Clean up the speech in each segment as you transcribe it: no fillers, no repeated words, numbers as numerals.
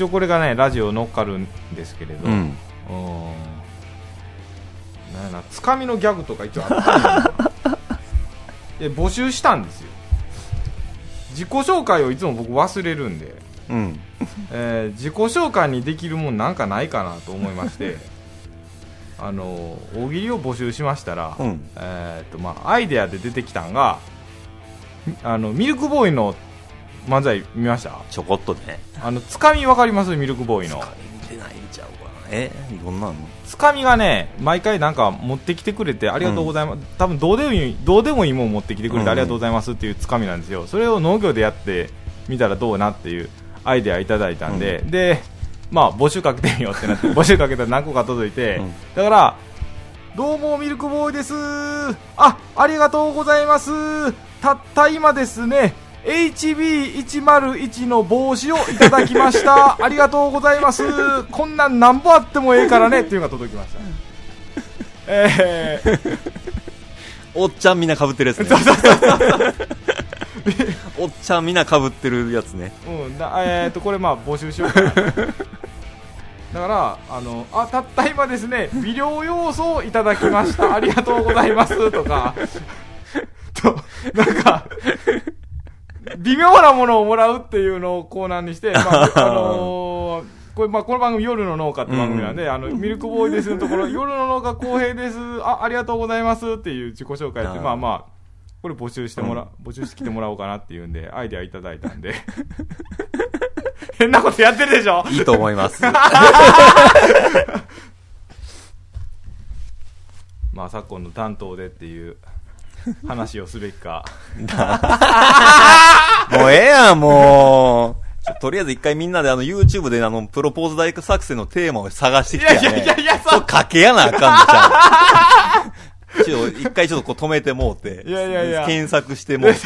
応これがねラジオ乗っかるんですけれど、なんやな、つかみのギャグとか一応あったんで募集したんですよ。自己紹介をいつも僕忘れるんで、自己紹介にできるもんなんかないかなと思いまして大喜利を募集しましたら、アイデアで出てきたんがミルクボーイの漫才見ました？ ちょこっとね。 つかみわかります？ミルクボーイのつかみ見てないんちゃうかな。どんなの？ つかみがね毎回なんか持ってきてくれてありがとうございます、多分どうでもいいもん持ってきてくれてありがとうございますっていうつかみなんですよ。それを農業でやってみたらどうなっていうアイデアいただいたんで、で募集かけてみようってなって募集かけたら何個か届いて、だからどうもミルクボーイです、ありがとうございます、たった今ですねHB101 の帽子をいただきましたありがとうございます、こんなんなんぼあってもええからねっていうのが届きましたおっちゃんみんな被ってるやつねおっちゃんみんな被ってるやつね。 これ募集しようかなだからたった今ですね微量要素をいただきましたありがとうございますとかなんか微妙なものをもらうっていうのをコーナーにして、この番組夜の農家って番組なんで、ミルクボーイですのところ夜の農家公平です、ありがとうございますっていう自己紹介ってこれ募集してきてもらおうかなっていうんでアイデアいただいたんで変なことやってるでしょ。 いいと思います昨今の担当でっていう話をすべきかもうええやん、もうとりあえず一回みんなでYouTube でプロポーズ大作戦のテーマを探してきてやね。そうかけやなあかんのちゃう一回ちょっと止めてもうて検索してもうて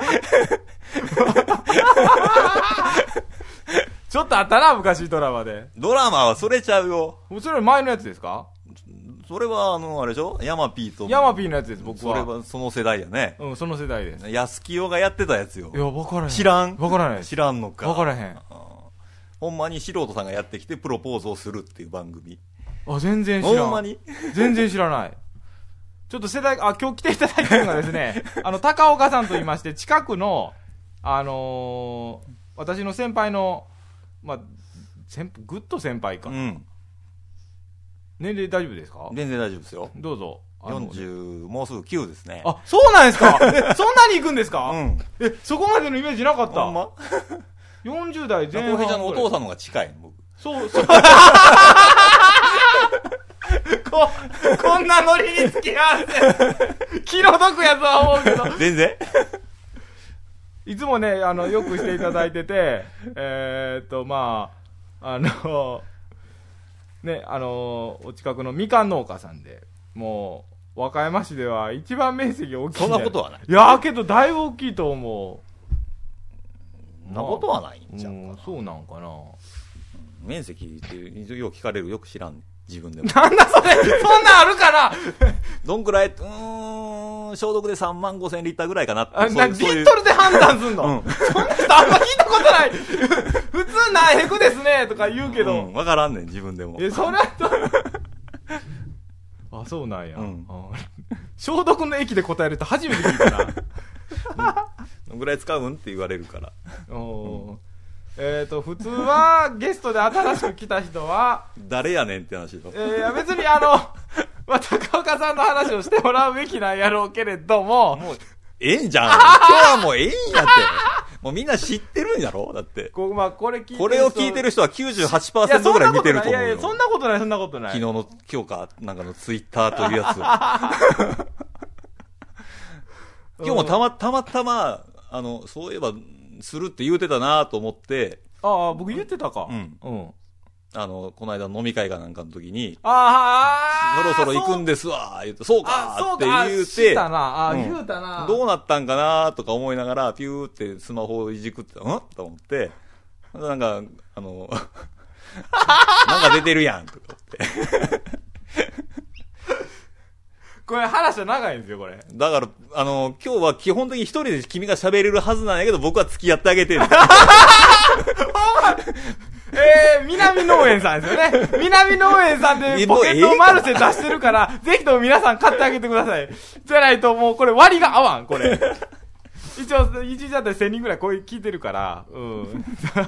ちょっとあったな昔ドラマで。 ドラマはそれちゃうよ。 それ前のやつですか？ それはあれでしょ、ヤマピーのやつです。僕はそれはその世代やね。 その世代です。 安清がやってたやつよ。 いや分からへん。 知らんのか。 分からへん。 ほんまに素人さんがやってきてプロポーズをするっていう番組。 全然知らん。 ほんまに全然知らない。ちょっと世代今日来ていただいてるのがですね高岡さんと言いまして近くの私の先輩のグッド先輩か、年齢大丈夫ですか？ 全然大丈夫ですよ。 どうぞ。 40もうすぐ9ですね。 そうなんですかそんなに行くんですか？そこまでのイメージなかった。 ほんま 40代前半。 浩平ちゃんのお父さんの方が近いの僕。 そうこんなノリに付き合わせ気の毒やとは思うけど全然いつもねよくしていただいててお近くのみかん農家さんでもう和歌山市では一番面積大きい。 そんなことはない。 いやけどだいぶ大きいと思う。 そんなことはないんちゃうかな。 そうなんかな。 面積ってよく聞かれる。よく知らんねん自分でも。 なんだそれそんなんあるかなどんくらい消毒で35,000リッターぐらいかなって。 リットルで判断すんの、そんな人あんま聞いたことない普通何ヘクですねとか言うけど、 わからんねん自分でも。 それはそうなんや、消毒の液で答えると初めて聞いたなどんぐらい使うんって言われるから。 普通はゲストで新しく来た人は誰やねんって話でしょ。 別に高岡さんの話をしてもらうべきなんやろうけれども、 もうええんじゃん今日はもうええんやってもうみんな知ってるんやろだってこれを聞いてる人は 98% ぐらい見てると思うよ。 いやそんなことない昨日の今日かなんかのツイッターというやつ今日もたまたまそういえばするって言うてたなと思って。 僕言ってたか。 この間飲み会かなんかの時に、そろそろ行くんですわ言って、そうかって言うて、 言うたな。 どうなったんかなとか思いながらピューってスマホをいじくってたと思って、なんかなんか出てるやんとかってこれ話は長いんですよこれ。 だから今日は基本的に一人で君が喋れるはずなんやけど僕は付き合ってあげてる南農園さんですよね。南農園さんでポケットマルシェ出してるから、ぜひとも皆さん買ってあげてください。じゃないともうこれ割が合わん、これ。一応、1日だったら1000人ぐらいこう聞いてるから、うん。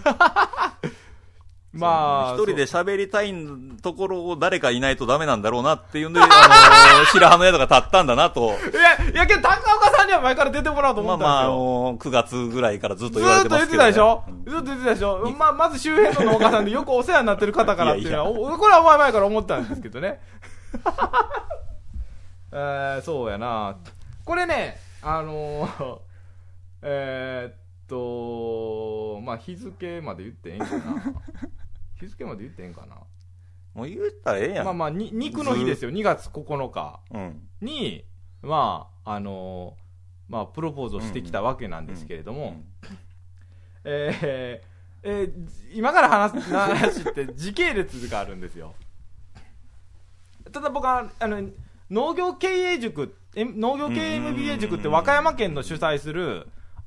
まあ。 一人で喋りたいところを誰かいないとダメなんだろうなっていうんで、白羽の矢とか立ったんだなと。 いやけど、高岡さんには前から出てもらおうと思ったんですよ。 まあ9月ぐらいからずっと言われてますけど、ね。 ずっと言ってたでしょ。まず周辺の農家さんでよくお世話になってる方からっていうのは、これは前から思ったんですけどね。そうやな。これね、まあ、日付まで言ってええんかな。日付まで言ってええんかな。 もう言ったらええやん。 まあ、肉の日ですよ。2月9日に、まあ、まあ、プロポーズをしてきたわけなんですけれども、今から話って時系列があるんですよ。ただ僕は、農業経営塾、農業経営 MBA 塾って和歌山県の主催する、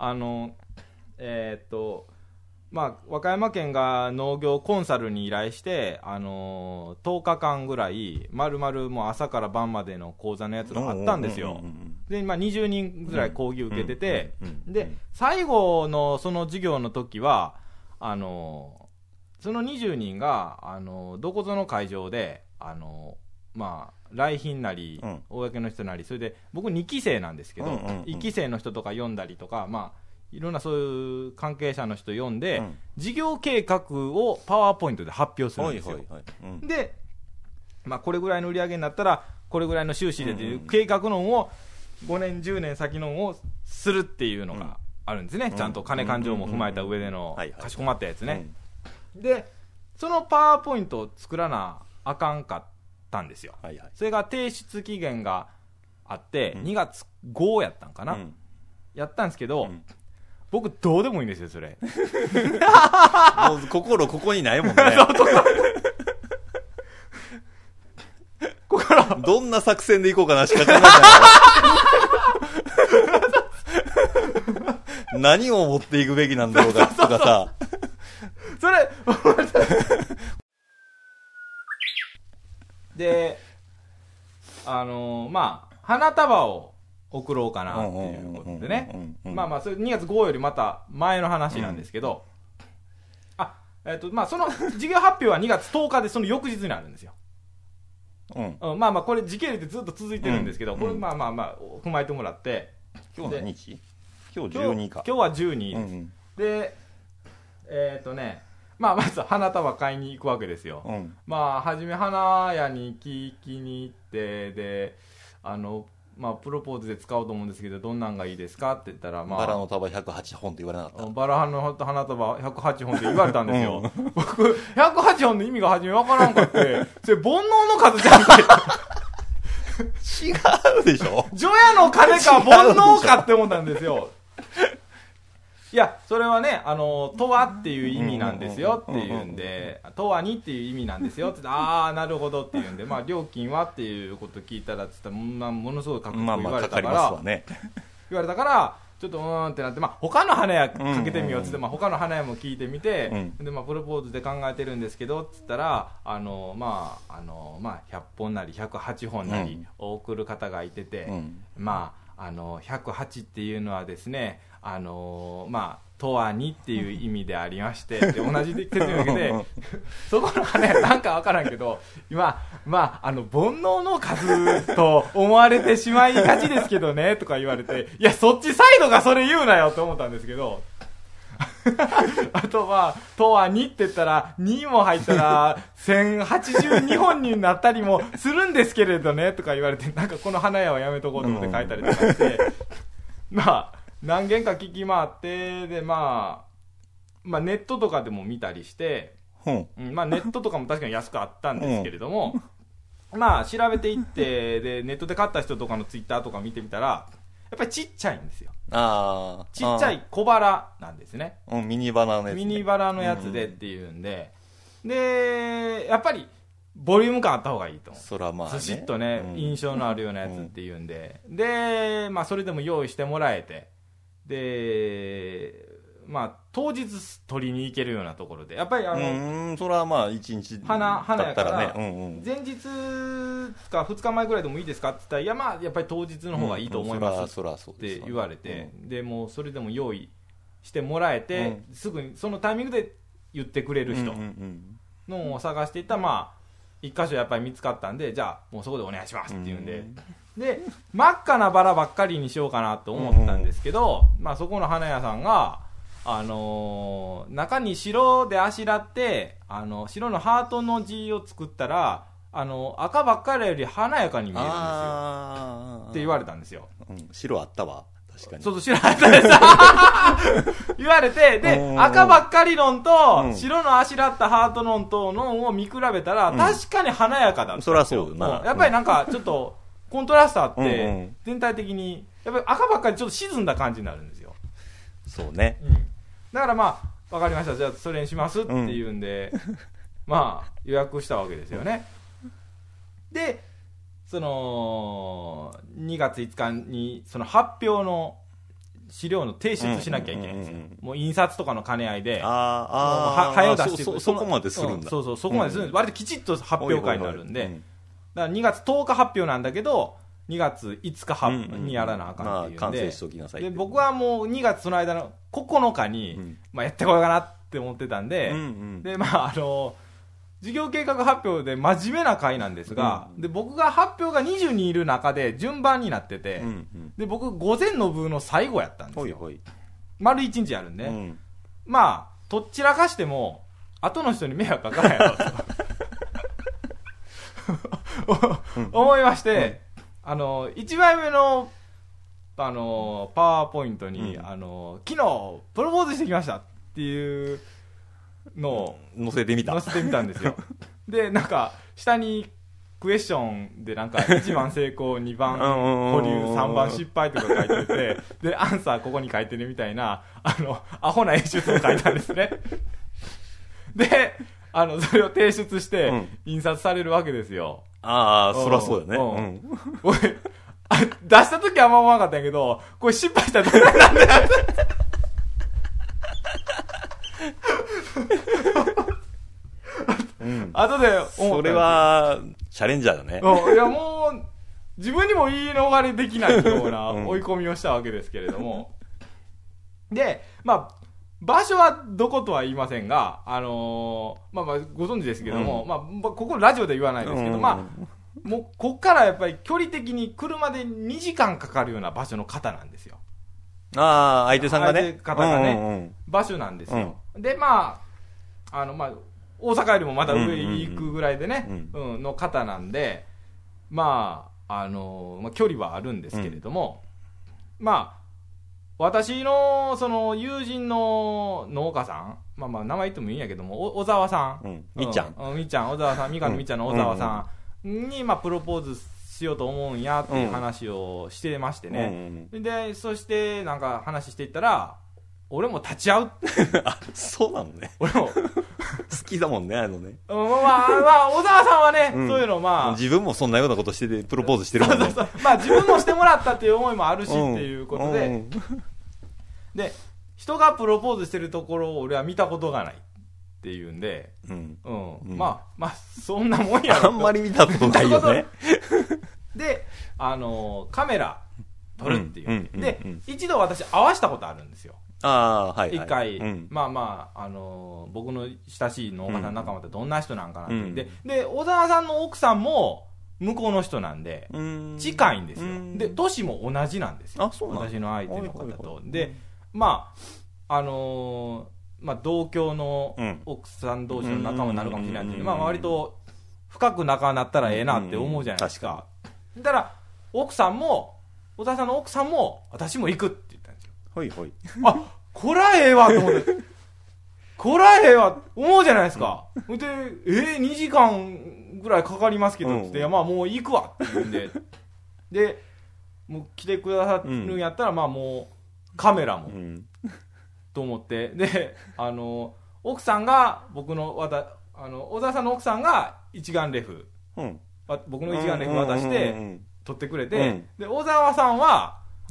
まあ、和歌山県が農業コンサルに依頼して、10日間ぐらい、丸々もう朝から晩までの講座のやつがあったんですよ。で、今20人ぐらい講義受けてて、で、最後のその授業の時は、その20人が、どこぞの会場で、まあ、来賓なり、公の人なり、それで、僕2期生なんですけど、1期生の人とか読んだりとか、まあ、いろんなそういう関係者の人読んで、事業計画をパワーポイントで発表するんですよ。で、まあ、これぐらいの売り上げになったら、これぐらいの収支でという計画のを、5年、10年先のをするっていうのがあるんですね。ちゃんと金勘定も踏まえた上での、かしこまったやつね。で、そのパワーポイントを作らなあかんかったんですよ。それが提出期限があって、2月5やったんかな。やったんですけど、僕どうでもいいんですよ、それ。 もう心ここにないもんね。どんな作戦でいこうかなしか考えない。何を持っていくべきなんだろうかとかさ。 それ、で、まあ、花束を送ろうかなっていうことでね。まあまあ、それ2月5よりまた前の話なんですけど、まあ、その事業発表は2月10日でその翌日になるんですよ。まあまあ、これ時系列でずっと続いてるんですけど、これまあまあまあ、踏まえてもらって。 今日何日？今日12か。 今日は12で、まあ、まず花束買いに行くわけですよ。まあ、はじめ花屋に聞きに行って、で、まあ、プロポーズで使おうと思うんですけど、どんなんがいいですかって言ったら、まあ、 バラの束108本って言われなかった？ バラの花束108本って言われたんですよ。僕、108本の意味が初めわからんかって、それ煩悩の数じゃんか違うでしょ？ 除夜の鐘か煩悩かって思ったんですよ。いや、それはね、とはっていう意味なんですよっていうんで、とはにっていう意味なんですよって言って、あー、なるほどっていうんで、まあ、料金はっていうこと聞いたらって言ったら、ものすごい価格を言われたから、言われたから、ちょっとってなって、まあ、他の花屋かけてみようって言って、まあ、他の花屋も聞いてみて、で、まあ、プロポーズで考えてるんですけどって言ったら、まあ、100本なり108本なり送る方がいてて、まあ、108っていうのはですね、まあ、とはにっていう意味でありまして、で同じ説明を受けて、そこの花屋なんかわからんけど、今、まあ、煩悩の数と思われてしまいがちですけどね、とか言われて、いや、そっちサイドがそれ言うなよって思ったんですけど、あとは、とは2って言ったら、2も入ったら、1082本になったりもするんですけれどね、とか言われて、なんかこの花屋はやめとこうと思って書いたりとかして、まあ、何軒か聞き回って、で、まあ、ネットとかでも見たりして、まあ、ネットとかも確かに安くあったんですけれども、まあ、調べていって、で、ネットで買った人とかのツイッターとか見てみたら、やっぱりちっちゃいんですよ。ちっちゃい小バラなんですね。 ミニバラのやつ、 ミニバラのやつでっていうんで、で、やっぱり、ボリューム感あった方がいいと思う。 そらまあね。 ずしっとね、印象のあるようなやつっていうんで、で、まあ、それでも用意してもらえて、で、 まあ、当日取りに行けるようなところで、やっぱりそれはまあ、1日花やだったからら、 ね。 前日か2日前ぐらいでもいいですかって言ったら、いやまあ、やっぱり当日の方がいいと思いますって言われて、で、もうそれでも用意してもらえて、すぐにそのタイミングで言ってくれる人のを探していったら、まあ、一箇所やっぱり見つかったんで、じゃあもうそこでお願いしますっていうんで、で、真っ赤なバラばっかりにしようかなと思ったんですけど、まあそこの花屋さんが、中に白であしらって、白のハートの字を作ったら、赤ばっかりより華やかに見えるんですよ。って言われたんですよ。 白あったわ。確かに。 そう白あったです。言われて、で、赤ばっかり論と、白のあしらったハート論とのを見比べたら、確かに華やかだったんですよ。 そりゃそうよな。 やっぱりなんか、ちょっと、コントラストあって、全体的に、やっぱり赤ばっかりちょっと沈んだ感じになるんですよ。 そうね。 だからまあ、わかりました。じゃあ、それにしますっていうんで、まあ、予約したわけですよね。で、その、2月5日に、その発表の資料の提出しなきゃいけないんですよ。もう印刷とかの兼ね合いで、早出してそこまでするんだ。 そう、そこまでするんです。割ときちっと発表会になるんで、だから2月10日発表なんだけど、2月5日にやらなあかんっていうんで、で僕はもう2月その間の9日に、まあやってこようかなって思ってたんで、で、まあ事業計画発表で真面目な会なんですが、で、僕が発表が20人いる中で順番になってて、で、僕午前の部の最後やったんですよ。丸1日やるんで、まあ、どちらかしても、後の人に迷惑かからんやろと。思いまして、1枚目の、パワーポイントに、昨日、プロポーズしてきましたっていうのを、 載せてみたんですよ。で、なんか、下に、クエスチョンでなんか、1番成功、2番保留、3番失敗とか書いてて、で、アンサーここに書いてるみたいな、アホな演出を書いたんですね。で、それを提出して、印刷されるわけですよ。 そりゃそうだね。 俺、出した時はあんま思わなかったんやけど、これ失敗したらどうなんだよ。後で思った。 それは、チャレンジャーだね。 いや、もう、自分にも言い逃れできないような追い込みをしたわけですけれども。で、まあ、場所はどことは言いませんが、まあご存知ですけども、まあ、ここラジオで言わないですけど、まあ、もう、こっからやっぱり距離的に車で2時間かかるような場所の方なんですよ。 相手さんがね。 相手方がね、場所なんですよ。で、まあ、まあ、大阪よりもまた上行くぐらいでね、の方なんで、まあ、距離はあるんですけれども、まあ、私の、その、友人の農家さん、まあまあ、名前言ってもいいんやけども、小沢さん。 みっちゃん。 みっちゃん、小沢さん、みかんのみっちゃんの小沢さんに、まあ、プロポーズしようと思うんや、っていう話をしてましてね。で、そして、なんか話していったら、俺も立ち会う。 そうなのね。 俺も。好きだもんね、ね。 まあ、小沢さんはね、そういうのまあ。 自分もそんなようなことしてて、プロポーズしてるもんね。 そうまあ、自分もしてもらったっていう思いもあるし、っていうことで。で、人がプロポーズしてるところを俺は見たことがないっていうんで、まあ、そんなもんやろ。 あんまり見たことないよね。 で、カメラ撮るっていう。で、一度私合わしたことあるんですよ。一回、まあ、僕の親しい農家さん仲間ってどんな人なんかなって。で、小沢さんの奥さんも向こうの人なんで、近いんですよ。で、年も同じなんですよ。私の相手の方と。で、まあ、まあ、同郷の奥さん同士の仲間になるかもしれないんで、まあ、割と深く仲になったらええなって思うじゃないですか。だから、奥さんも、小沢さんの奥さんも、私も行くって言ったんですよ。 ほいほい。 あ、こらええわと思って。こらええわ、思うじゃないですか。で、2時間ぐらいかかりますけど、って、いや、まあもう行くわって言うんで。で、もう来てくださるんやったら、まあもう、カメラも、と思って。で、奥さんが、僕の、小沢さんの奥さんが一眼レフ。僕の一眼レフ渡して、撮ってくれて、で、小沢さんは、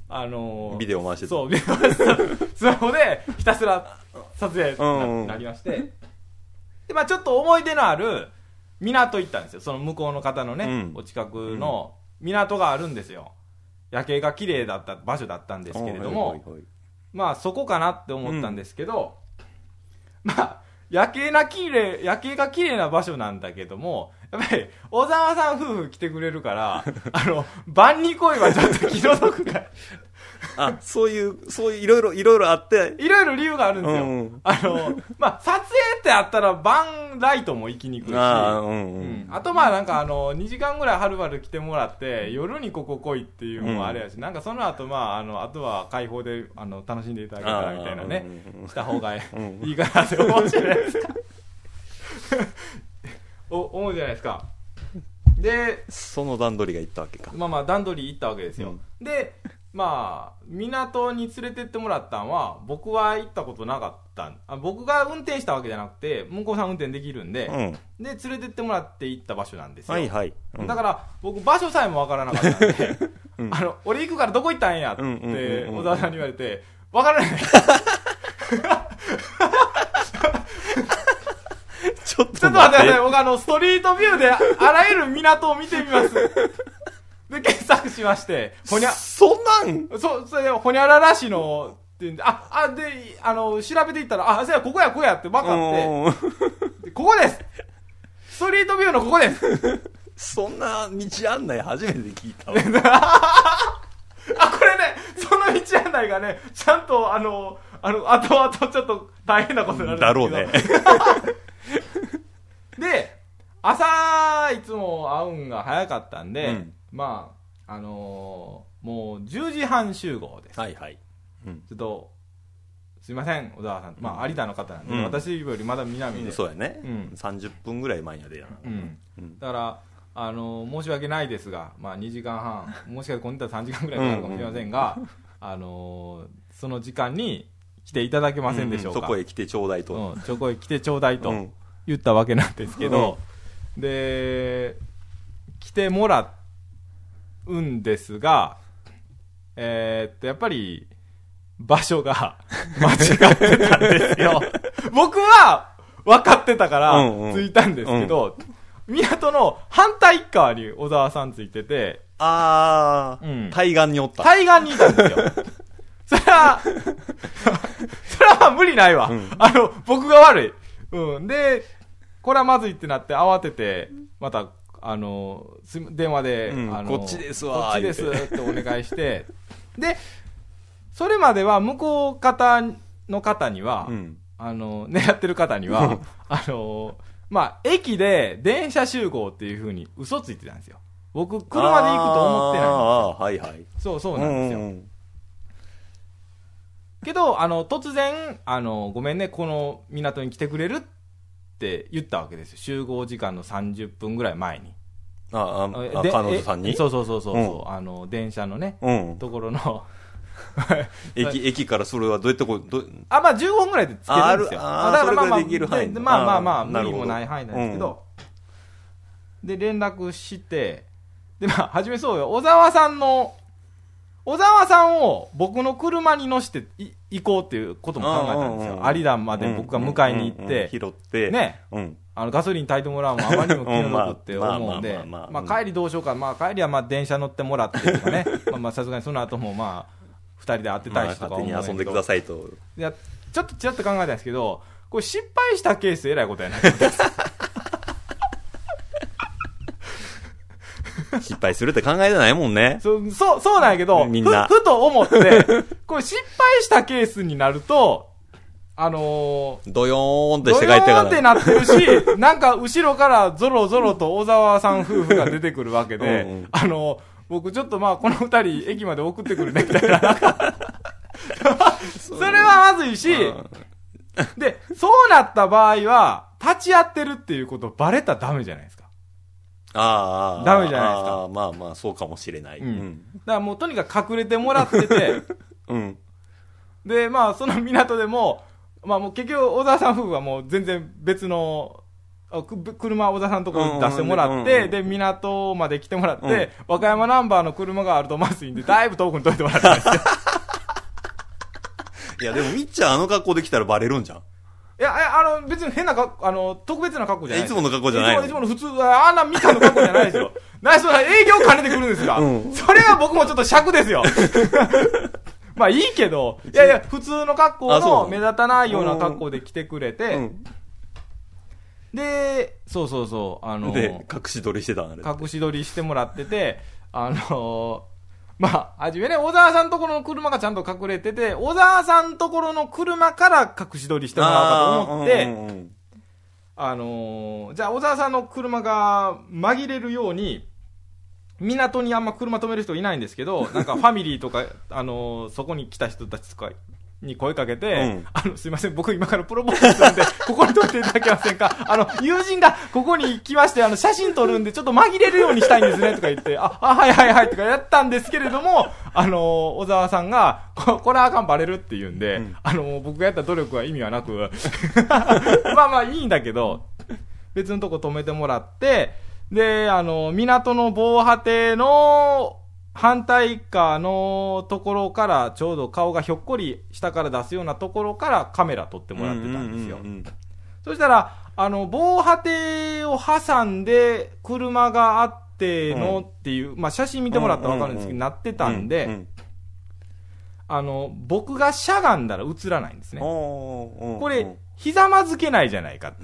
ビデオ回してた。 そう、ビデオ回してた。スマホでひたすら撮影になりまして。で、まあちょっと思い出のある港行ったんですよ。その向こうの方のね、お近くの港があるんですよ。夜景が綺麗だった場所だったんですけれども、まあそこかなって思ったんですけど、まあ夜景が綺麗な場所なんだけども、やっぱり小沢さん夫婦来てくれるから晩に来いはちょっと気の毒があ、そういういろいろあって。 いろいろ理由があるんですよ。まあ、撮影ってあったら晩ライトも行きにくいし、あとまあなんか2時間ぐらいはるばる来てもらって、夜にここ来いっていうのもあれやし、なんかその後まあ、あとは開放で楽しんでいただけたらみたいなね、した方がいいかなって思うじゃないですか。思うじゃないですか。で、 その段取りが行ったわけか。 まあまあ段取り行ったわけですよ。で、まあ、港に連れてってもらったんは、僕は行ったことなかった僕が運転したわけじゃなくて、向こうさん運転できるんで、で、連れてってもらって行った場所なんですよ。 はいはい。 だから、僕、場所さえもわからなかったんで、俺行くからどこ行ったんやって、小沢さんに言われて、わからない。ちょっと待ってください。僕、ストリートビューであらゆる港を見てみます。で、検索しまして、 そんなんそれで、ほにゃらら市の、っていうんで、で、調べていったら、そうや、ここやって分かって、ここですストリートビューのここですそんな道案内初めて聞いたわ。これね、 その道案内がね、ちゃんと、後々ちょっと大変なことになるんですけど。 だろうね。 で、朝、いつも会うんが早かったんで、まあ、もう10時半集合です。 はいはい。 ちょっと、すいません、小沢さん。まあ、有田の方なんで、私よりまだ南で。 そうやね。30分ぐらい前やでやな。 だから、申し訳ないですが、まあ、2時間半、もしかして今度は3時間ぐらいかかるかもしれませんが、その時間に来ていただけませんでしょうか。 そこへ来てちょうだいと。 そこへ来てちょうだいと言ったわけなんですけど、で、来てもらうんですが、やっぱり、場所が間違ってたんですよ。僕は分かってたから着いたんですけど、港の反対側に小沢さんついてて、 対岸におった。 対岸にいたんですよ。それは無理ないわ。僕が悪い。で、これはまずいってなって慌てて、また、電話で、 こっちですわ。 こっちですってお願いして、で、それまでは向こう方の方には、狙ってる方には、まあ、駅で電車集合っていう風に嘘ついてたんですよ。僕、車で行くと思ってないんですよ。 はいはい。 そうなんですよ。けど、突然、ごめんね、この港に来てくれるって言ったわけですよ。集合時間の30分ぐらい前に。 彼女さんにそう、電車のね、ところの、 駅からそれはどうやってまあ15分ぐらいで着けるんですよ。 だからまあで無理もない範囲なんですけど、で、連絡して、で、まあ、初めそうよ、小沢さんを僕の車に乗せて行こうっていうことも考えたんですよ。有田まで僕が迎えに行って、 拾って、 ね、ガソリン炊いてもらうのもあまりにも気の毒って思うんで、まあ帰りどうしようか、まあ帰りはまあ電車乗ってもらってとかね、まあさすがにその後もまあ、二人で会ってたりとか思うんだけど、 勝手に遊んでくださいと。 いや、ちょっとちらっと考えたんですけど、これ失敗したケースえらいことやなって失敗するって考えてないもんね。 そうなんやけど、 みんなふと思って、これ失敗したケースになると、 ドヨーンってして帰ってから。 ドヨーンってなってるし、なんか後ろからゾロゾロと小沢さん夫婦が出てくるわけで、僕ちょっとまあこの二人駅まで送ってくるねみたいな。それはまずいし、で、そうなった場合は、立ち会ってるっていうことバレたらダメじゃないですか。ダメじゃないですか。 まあまあ、そうかもしれない。 だからもうとにかく隠れてもらってて、で、まあその港でも、まあもう結局小沢さん夫婦はもう全然別の、 車小田さんのところに出してもらって、で、港まで来てもらって、和歌山ナンバーの車があるとマスインで、だいぶ遠くに止めてもらったんですよ。 いや、でもみっちゃん格好できたらバレるんじゃん。 いや、別に変な特別な格好じゃない。 いつもの格好じゃないの。 いつもの普通、あんなみかんの格好じゃないですよ。そんな営業兼ねてくるんですか、それは僕もちょっと尺ですよ。まあいいけど、いやいや、普通の格好の目立たないような格好で来てくれて、で、そう、 で、隠し撮りしてたん隠し撮りしてもらってて、まあ、はじめね、小沢さんところの車がちゃんと隠れてて、小沢さんところの車から隠し撮りしてもらおうかと思って、じゃあ小沢さんの車が紛れるように、港にあんま車止める人いないんですけど、なんかファミリーとか、そこに来た人たちとかに声かけて、すいません、僕今からプロポーズするんで、ここに止めていただけませんか、友人がここに来まして、写真撮るんで、ちょっと紛れるようにしたいんですね、とか言って、はいはいはい、とかやったんですけれども、小沢さんが、これはあかんバレるって言うんで、僕がやった努力は意味はなく、まあまあいいんだけど、別のとこ止めてもらって、で、港の防波堤の反対側のところからちょうど顔がひょっこり下から出すようなところからカメラ撮ってもらってたんですよ。そしたら、防波堤を挟んで車があってのっていう、まあ写真見てもらったらわかるんですけど、なってたんで、僕がしゃがんだら映らないんですね。これ、ひざまずけないじゃないかって。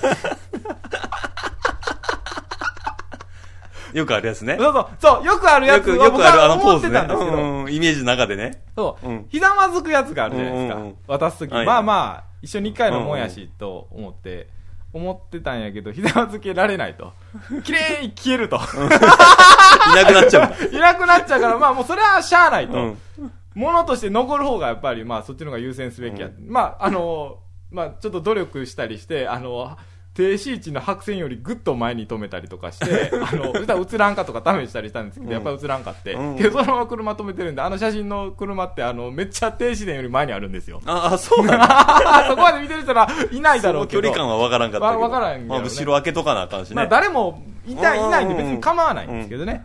よくあるやつね。 そう、よくあるやつを僕は思ってたんですけど。 イメージの中でね。 そう、ひざまずくやつがあるじゃないですか。渡すとき。まあまあ、一緒に一回のもんやし、と思ってたんやけど、ひざまずけられないと。綺麗に消えると。いなくなっちゃう。 いなくなっちゃうから、まあもうそれはしゃあないと。ものとして残る方がやっぱり、まあそっちの方が優先すべきや。まあ、まあちょっと努力したりして、停止位置の白線よりぐっと前に止めたりとかして、そしたら映らんかとか試したりしたんですけど、やっぱり映らんかって。けどそのまま車止めてるんで、写真の車ってめっちゃ停止線より前にあるんですよ。 そうなんだ。 そこまで見てる人はいないだろうけど。 距離感はわからんかったけど。 わからんけど、ね。 まあ後ろ開けとかなあかんしね。 まあ誰もいないんで別に構わないんですけどね。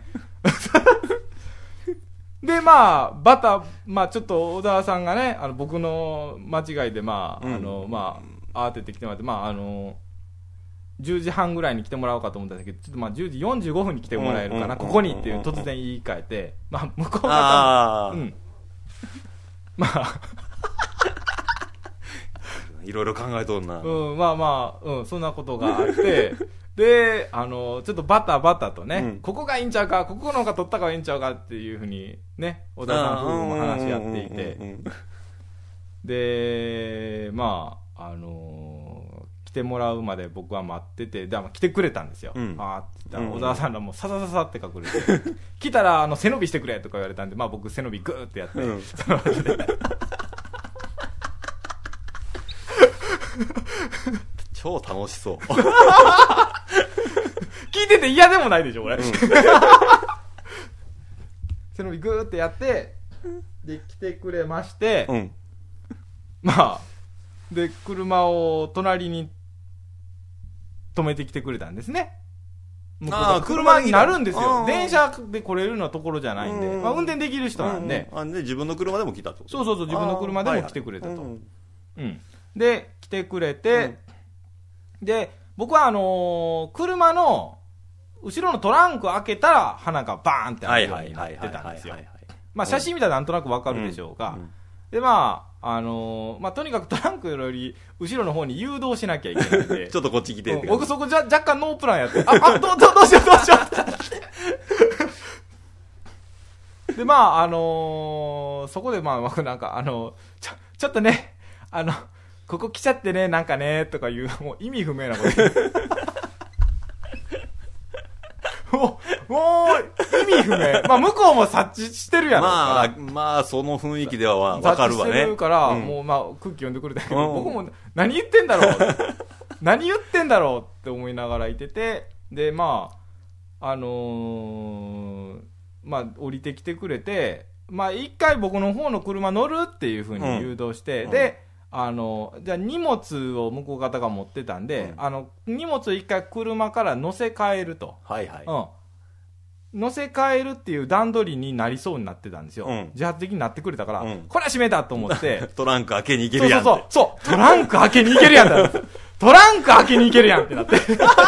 で、まあ、まあちょっと小田さんがね、僕の間違いで、まあ、まあ、慌ててきてもらって、まあ10時半ぐらいに来てもらおうかと思ったんだけど、ちょっとまあ10時45分に来てもらえるかな、ここにっていう突然言い換えて、まあ向こうがまあいろいろ考えとんな。 まあまあ、そんなことがあって、で、ちょっとバタバタとね、ここがいいんちゃうか、ここの方が取った方がいいんちゃうかっていうふうにね、小田さん夫婦も話し合っていて、で、まあ、来てもらうまで僕は待ってて、来てくれたんですよ。小沢さんらもささささって隠れて、来たら背伸びしてくれとか言われたんで、まあ僕背伸びグーってやって、 超楽しそう。 聞いてて嫌でもないでしょ、これ。背伸びグーってやって、で、来てくれまして、まあ、で、車を隣に止めてきてくれたんですね。車になるんですよ。電車で来れるようなところじゃないんで、まあ、運転できる人なんで。 で、自分の車でも来たってこと？ そう、自分の車でも来てくれたと。で、来てくれて、で、僕は車の後ろのトランク開けたら花がバーンって開くようになってたんですよ。まあ写真見たらなんとなくわかるでしょうが、で、まあ、まあとにかくトランクより後ろの方に誘導しなきゃいけないんで。 ちょっとこっち来てって。 僕そこ若干ノープランやって、どうしようで、まあそこでまあ僕なんかちょっとね、ここ来ちゃってね、なんかね、とかいう、もう意味不明なこと。もう、意味不明。まあ、向こうも察知してるやろ。 まあ、その雰囲気ではわかるわね。察知してるから、もう、まあ、空気読んでくれたけど、僕も何言ってんだろうって思いながらいてて、で、まあ、まあ、降りてきてくれて、まあ、一回僕の方の車乗るっていう風に誘導して、で、 じゃあ荷物を向こう方が持ってたんで、 うん、 荷物を一回車から乗せ替えると。 はいはい。 乗せ替えるっていう段取りになりそうになってたんですよ。自発的になってくれたから、これは閉めたと思って。 トランク開けに行けるやん。 そうトランク開けに行けるやんって。トランク開けに行けるやんってなって。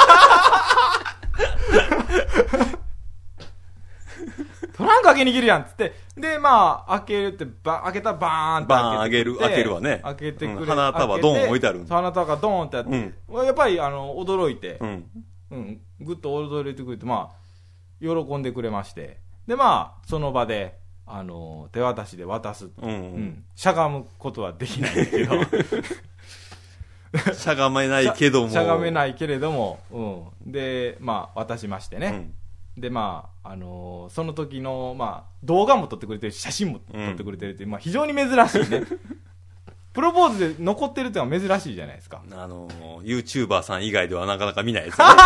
トランク開けに行けるやんっつって。で、まあ、開けるって、開けたらバーンって開けるわね。 開けてくれ。 花束ドーン置いてある。 花束がドーンってやって、やっぱり、驚いて、ぐっと驚いてくれて、まあ、喜んでくれまして。で、まあ、その場で、手渡しで渡す。しゃがむことはできないんですけど。 しゃがめないけども。 しゃがめないけれども、で、まあ、渡しましてね。で、まあ、その時の、まあ、動画も撮ってくれてるし、写真も撮ってくれてるっていう、まあ、非常に珍しいね。プロポーズで残ってるっていうのは珍しいじゃないですか。 YouTuber さん以外ではなかなか見ないですね。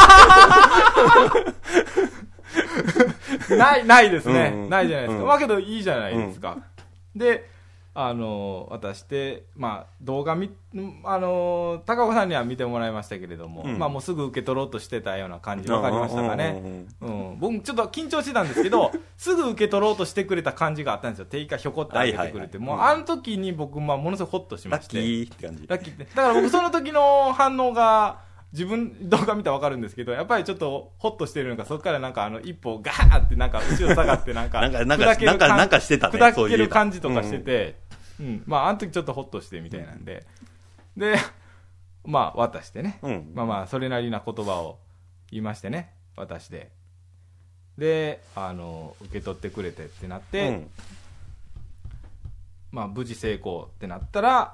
ないですね。ないじゃないですか。まあけどいいじゃないですか。で、渡して、まあ、動画高岡さんには見てもらいましたけれども、まあもうすぐ受け取ろうとしてたような感じわかりましたかね。僕ちょっと緊張してたんですけど、すぐ受け取ろうとしてくれた感じがあったんですよ。手以下ひょこって開けてくれて。もうあの時に僕、まあものすごいホッとしまして。 ラッキーって感じ。 ラッキーって。だから僕その時の反応が、自分動画見たら分かるんですけど、やっぱりちょっとホッとしてるのか、そこからなんか一歩ガーってなんか後ろ下がってなんかなんかしてたね。 砕ける感じとかしてて、まああの時ちょっとホッとしてみたいなんで、で、まあ渡してね、まあまあそれなりな言葉を言いましてね、渡して、で、受け取ってくれてってなって、まあ無事成功ってなったら、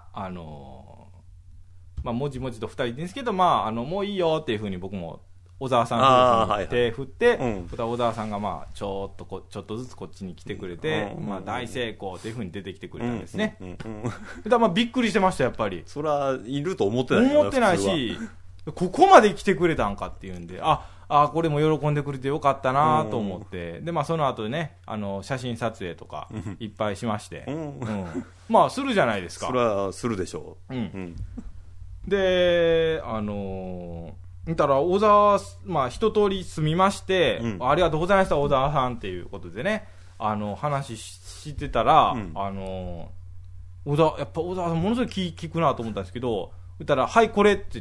まあ、もじもじと2人でですけど、まあ、もういいよっていうふうに僕も小沢さん夫婦に手振って、小沢さんがまあちょっとずつこっちに来てくれて、まあ、大成功っていうふうに出てきてくれたんですね。だからまあびっくりしてました、やっぱり。 それはいると思ってないよ。 思ってないし、ここまで来てくれたんかっていうんで、これも喜んでくれてよかったなと思って、で、まあその後ね、写真撮影とかいっぱいしまして、まあするじゃないですか。 それはするでしょう。 で、見たら、小沢、まあ、一通り済みまして、ありがとうございました、小沢さんっていうことでね、話してたら、やっぱ小沢さん、ものすごい聞くなと思ったんですけど、言ったら、はい、これって言って、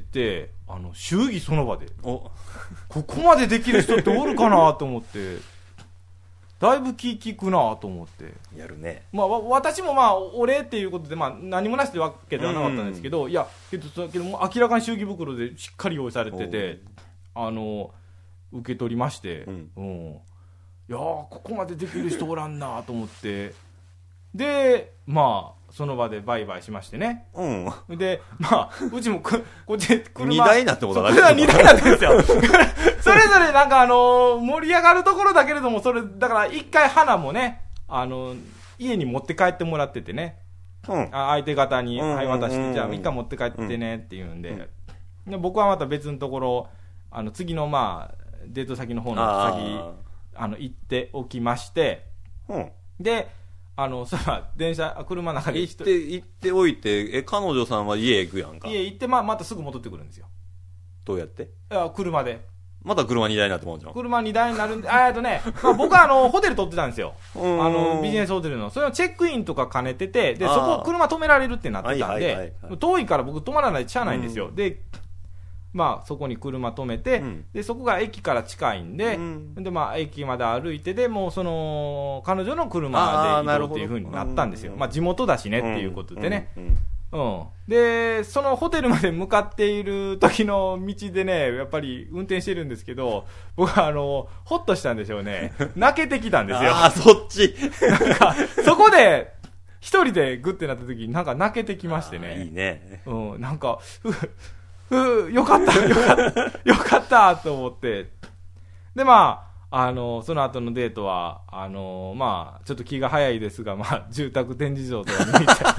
祝儀その場で、ここまでできる人っておるかなと思って、だいぶ聞くなと思って。 やるね。 まあ、私もまあ、お礼っていうことで、まあ、何もなしってわけではなかったんですけど、いや、けども明らかに祝儀袋でしっかり用意されてて、受け取りまして、いやー、ここまでできる人おらんなと思って、で、まあ、その場でバイバイしましてね。で、まあ、うちもこっちで車。 2台になってことだね。 それは2台になってるんですよ。それぞれなんか盛り上がるところだけれども、だから一回花もね、家に持って帰ってもらっててね。相手方に、はい、渡して、じゃあ一回持って帰ってねって言うんで。で僕はまた別のところ、次のまあ、デート先の方の先、行っておきまして、で、それは車の中で行っておいて、彼女さんは家行くやんか。 家行って、またすぐ戻ってくるんですよ。 どうやって？ いや、車で。 また車2台になってもんじゃん。 車2台になるんで、まあ僕はホテル取ってたんですよ。ビジネスホテルの。それのチェックインとか兼ねてて、で、そこ車止められるってなってたんで、遠いから僕止まらないとしゃあないんですよ。で、まあそこに車止めて、で、そこが駅から近いんで、で、まあ駅まで歩いてで、もう彼女の車で移動っていう風になったんですよ。まあ地元だしねっていうことでね。で、そのホテルまで向かっている時の道でね、やっぱり運転してるんですけど、僕はホッとしたんでしょうね。泣けてきたんですよ。 そっち。 なんか、そこで、一人でグッてなった時になんか泣けてきましてね。 いいね。 なんか、よかったと思って。で、まあ、その後のデートは、まあ、ちょっと気が早いですが、まあ、住宅展示場とか見に行ったりね。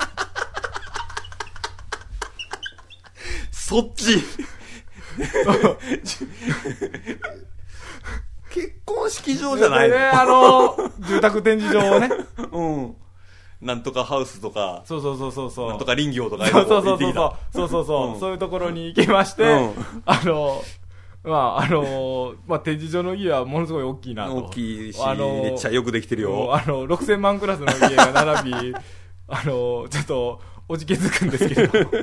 そっち結婚式場じゃないの、 住宅展示場をね。 なんとかハウスとか、 そう。 なんとか林業とか、 そう、そういうところに行きまして、まあ、展示場の家はものすごい大きいなと。 大きいし、めっちゃよくできてるよ。 6000万クラスの家が並び、ちょっと、おじけづくんですけど。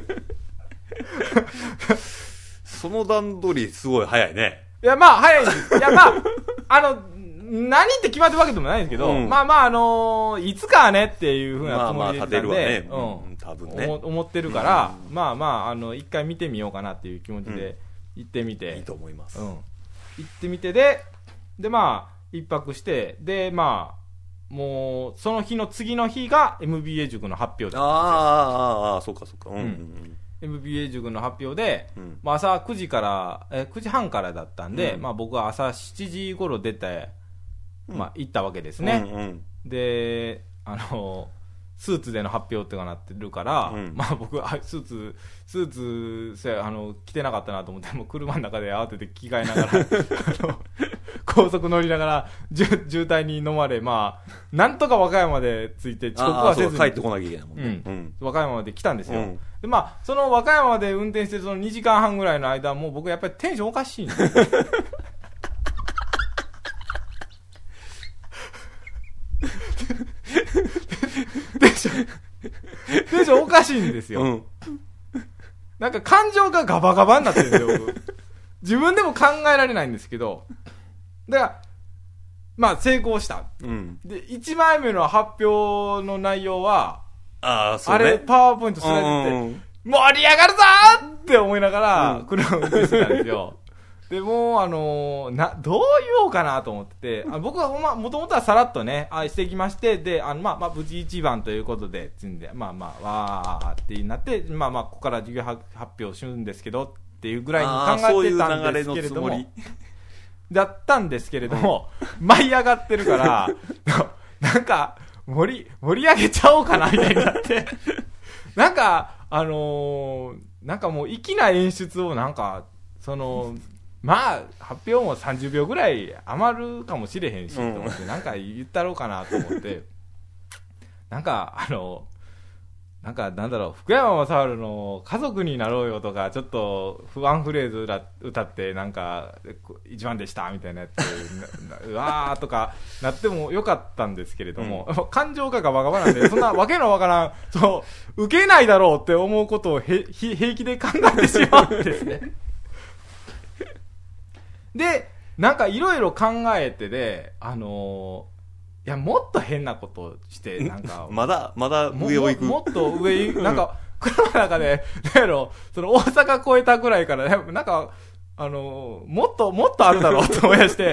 その段取りすごい早いね。 いや、まあ、早いんです。いや、まあ、何って決まってるわけでもないんですけど、まあ、いつかはねっていうふうなつもりで言ったんで、 多分ね。 思ってるから、まあ、一回見てみようかなっていう気持ちで行ってみて。 いいと思います。 行ってみてで、まあ、一泊して、で、まあ、もう、その日の次の日が MBA 塾の発表だったんですよ。 ああ、そうか。 MBA 塾の発表で、まあ、朝9時から、9時半からだったんで、まあ僕は朝7時頃出て、まあ行ったわけですね。で、スーツでの発表ってがなってるから、まあ僕はスーツ、着てなかったなと思って、もう車の中で慌てて着替えながら、高速乗りながら、渋滞に飲まれ、まあ、なんとか和歌山で着いて遅刻はせずに。 帰ってこなきゃいけないもんね。 和歌山まで来たんですよ。で、まあ、その和歌山で運転してその2時間半ぐらいの間、もう僕やっぱりテンションおかしいんですよ。テンションおかしいんですよ。なんか感情がガバガバになってるんですよ、僕。自分でも考えられないんですけど。だから、まあ成功した。で、1枚目の発表の内容は、 あれ、パワーポイントスライドって、盛り上がるぞーって思いながら、車を運転してたんですよ。で、もう、どう言おうかなと思ってて、僕はもともとはさらっとね、してきまして、で、まあ、無事一番ということで、つんで、まあ、わーってなって、まあ、ここから授業発表するんですけど、っていうぐらいに考えてたんですけれども、だったんですけれども、舞い上がってるから、なんか、盛り上げちゃおうかな、みたいになって、なんかもう、粋な演出をまあ、発表も30秒ぐらい余るかもしれへんし、と思って、なんか言ったろうかなと思って、なんだろう、福山雅治の家族になろうよとか、ちょっとワンフレーズ歌って、一番でしたみたいなやつ、うわーとかなってもよかったんですけれども、感情がガバガバなんで、そんなわけのわからん、受けないだろうって思うことを平気で考えてしまうんですね。で、いろいろ考えてで、いや、もっと変なことをして、 まだ上を行く。 もっと上、車の中で、大阪越えたぐらいから、もっとあるだろうと思い出して、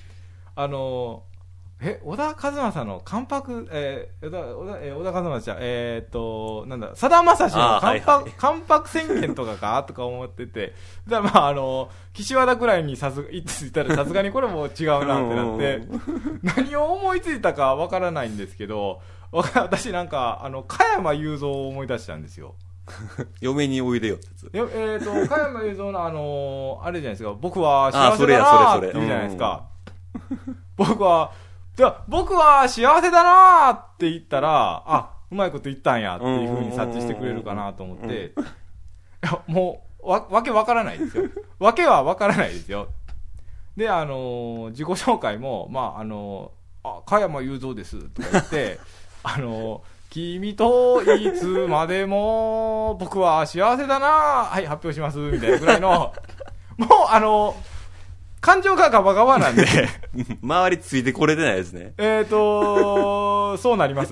小田和正の関白、小田和正じゃ、さだまさしの関白宣言とかかとか思ってて、まあ、岸和田くらいに行っていたらさすがにこれも違うなってなって、何を思いついたかわからないんですけど、私加山雄三を思い出したんですよ。 嫁においでよってやつ。加山雄三のあれじゃないですか、僕は幸せだなーって言うじゃないですか。僕は幸せだなーって言ったら、うまいこと言ったんやっていう風に察知してくれるかなと思って、もう、わけわからないですよ。わけはわからないですよ。で、自己紹介も、加山雄三ですとか言って、君といつまでも僕は幸せだなはい、発表します、みたいなぐらいの、もう感情がガバガバなんで周りついてこれてないですね。 そうなります。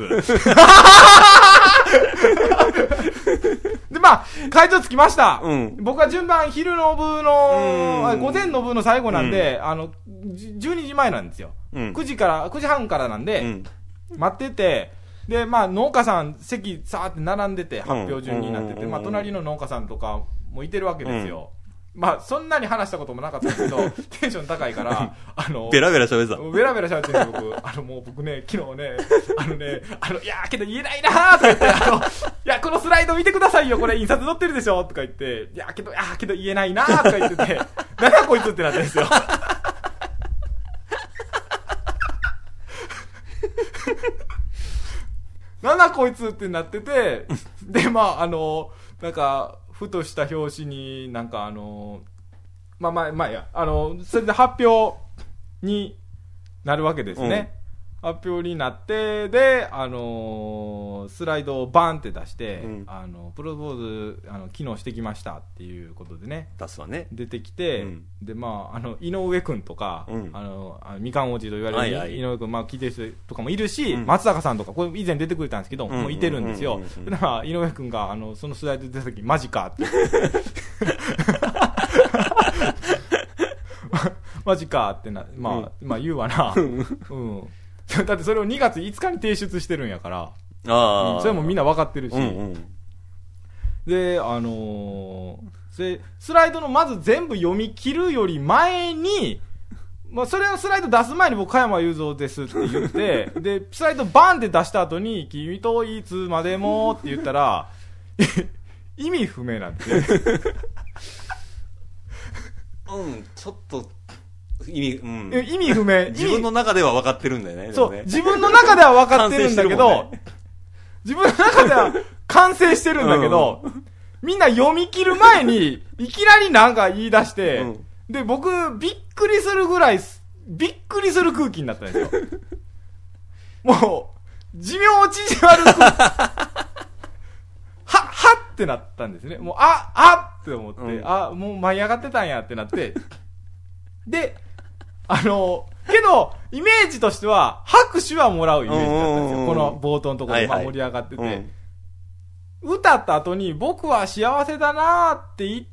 で、まあ、会場着きました。僕は順番、昼の部の、午前の部の最後なんで、12時前なんですよ。9時半からなんで、待ってて、で、まあ、農家さん、席、さーって並んでて、発表順になってて、まあ、隣の農家さんとかもいてるわけですよ。まあ、そんなに話したこともなかったんですけど、テンション高いから、 ベラベラ喋ってた。 ベラベラ喋ってるんです僕。もう僕ね、昨日ね、いやーけど言えないなーとか言って、いや、このスライド見てくださいよ、これ印刷載ってるでしょとか言って、いや、けど言えないなーとか言ってて、なんだこいつってなってるんですよ。 なんだこいつってなってて、で、まあ、なんか、ふとした表紙になんかまあいや、それで発表になるわけですね。発表になって、で、スライドをバーンって出して、プロポーズ、機能してきましたっていうことでね。 出すわね。 出てきて、で、まあ、井上くんとか、みかん王子と言われる、井上くん、まあ、聞いてる人とかもいるし、松坂さんとか、これ以前出てくれたんですけど、もういてるんですよ。で、まあ、井上くんが、そのスライド出た時、マジかって。マジかってまあ言うわな。だってそれを2月5日に提出してるんやから、それもみんな分かってるし、で、スライドのまず全部読み切るより前に、まあ、それのスライド出す前に僕、加山雄三ですって言って、で、スライドバーンって出した後に、君といつまでもって言ったら、意味不明なんですよ。 ちょっと、意味不明。 自分の中では分かってるんだよね。 そう、自分の中では分かってるんだけど、自分の中では完成してるんだけど、みんな読み切る前に、いきなりなんか言い出して、で、僕、びっくりするぐらい、びっくりする空気になったんですよ。もう、寿命縮まる空気。はってなったんですね。もう、って思って、もう舞い上がってたんやってなって、で、けど、イメージとしては、拍手はもらうイメージだったんですよ。この冒頭のところで、盛り上がってて。歌った後に、僕は幸せだなーって言って、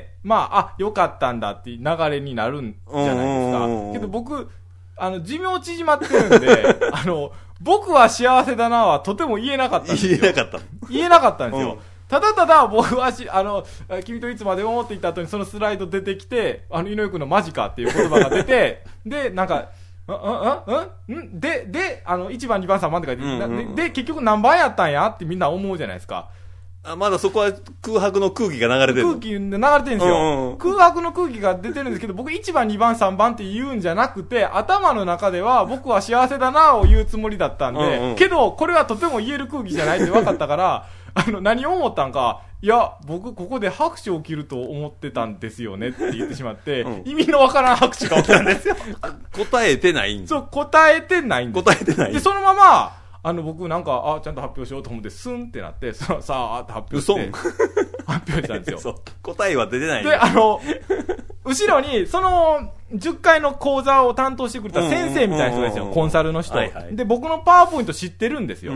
まあ、よかったんだっていう流れになるんじゃないですか。けど僕、寿命縮まってるんで、僕は幸せだなーはとても言えなかったんですよ。言えなかったんですよ。ただただ僕は君といつまでもって言った後にそのスライド出てきて、井上くんのマジかっていう言葉が出て、で、なんか、で、1番、2番、3番って書いて、で、結局何番やったんやってみんな思うじゃないですか。 まだそこは空白の空気が流れてる。 空気で流れてるんですよ。空白の空気が出てるんですけど、僕1番、2番、3番って言うんじゃなくて、頭の中では僕は幸せだなを言うつもりだったんで、けど、これはとても言える空気じゃないって分かったから、何を思ったんか、いや、僕ここで拍手を切ると思ってたんですよねって言ってしまって、意味のわからん拍手が起きたんですよ。 答えてないんそう、答えてないんです。 答えてない。 で、そのまま、僕なんか、ちゃんと発表しようと思って、スンってなって、さーって発表して、発表したんですよ。 そう。答えは出てない。 で、後ろに、その、10回の講座を担当してくれた先生みたいな人ですよ、コンサルの人。で、僕のパワーポイント知ってるんですよ。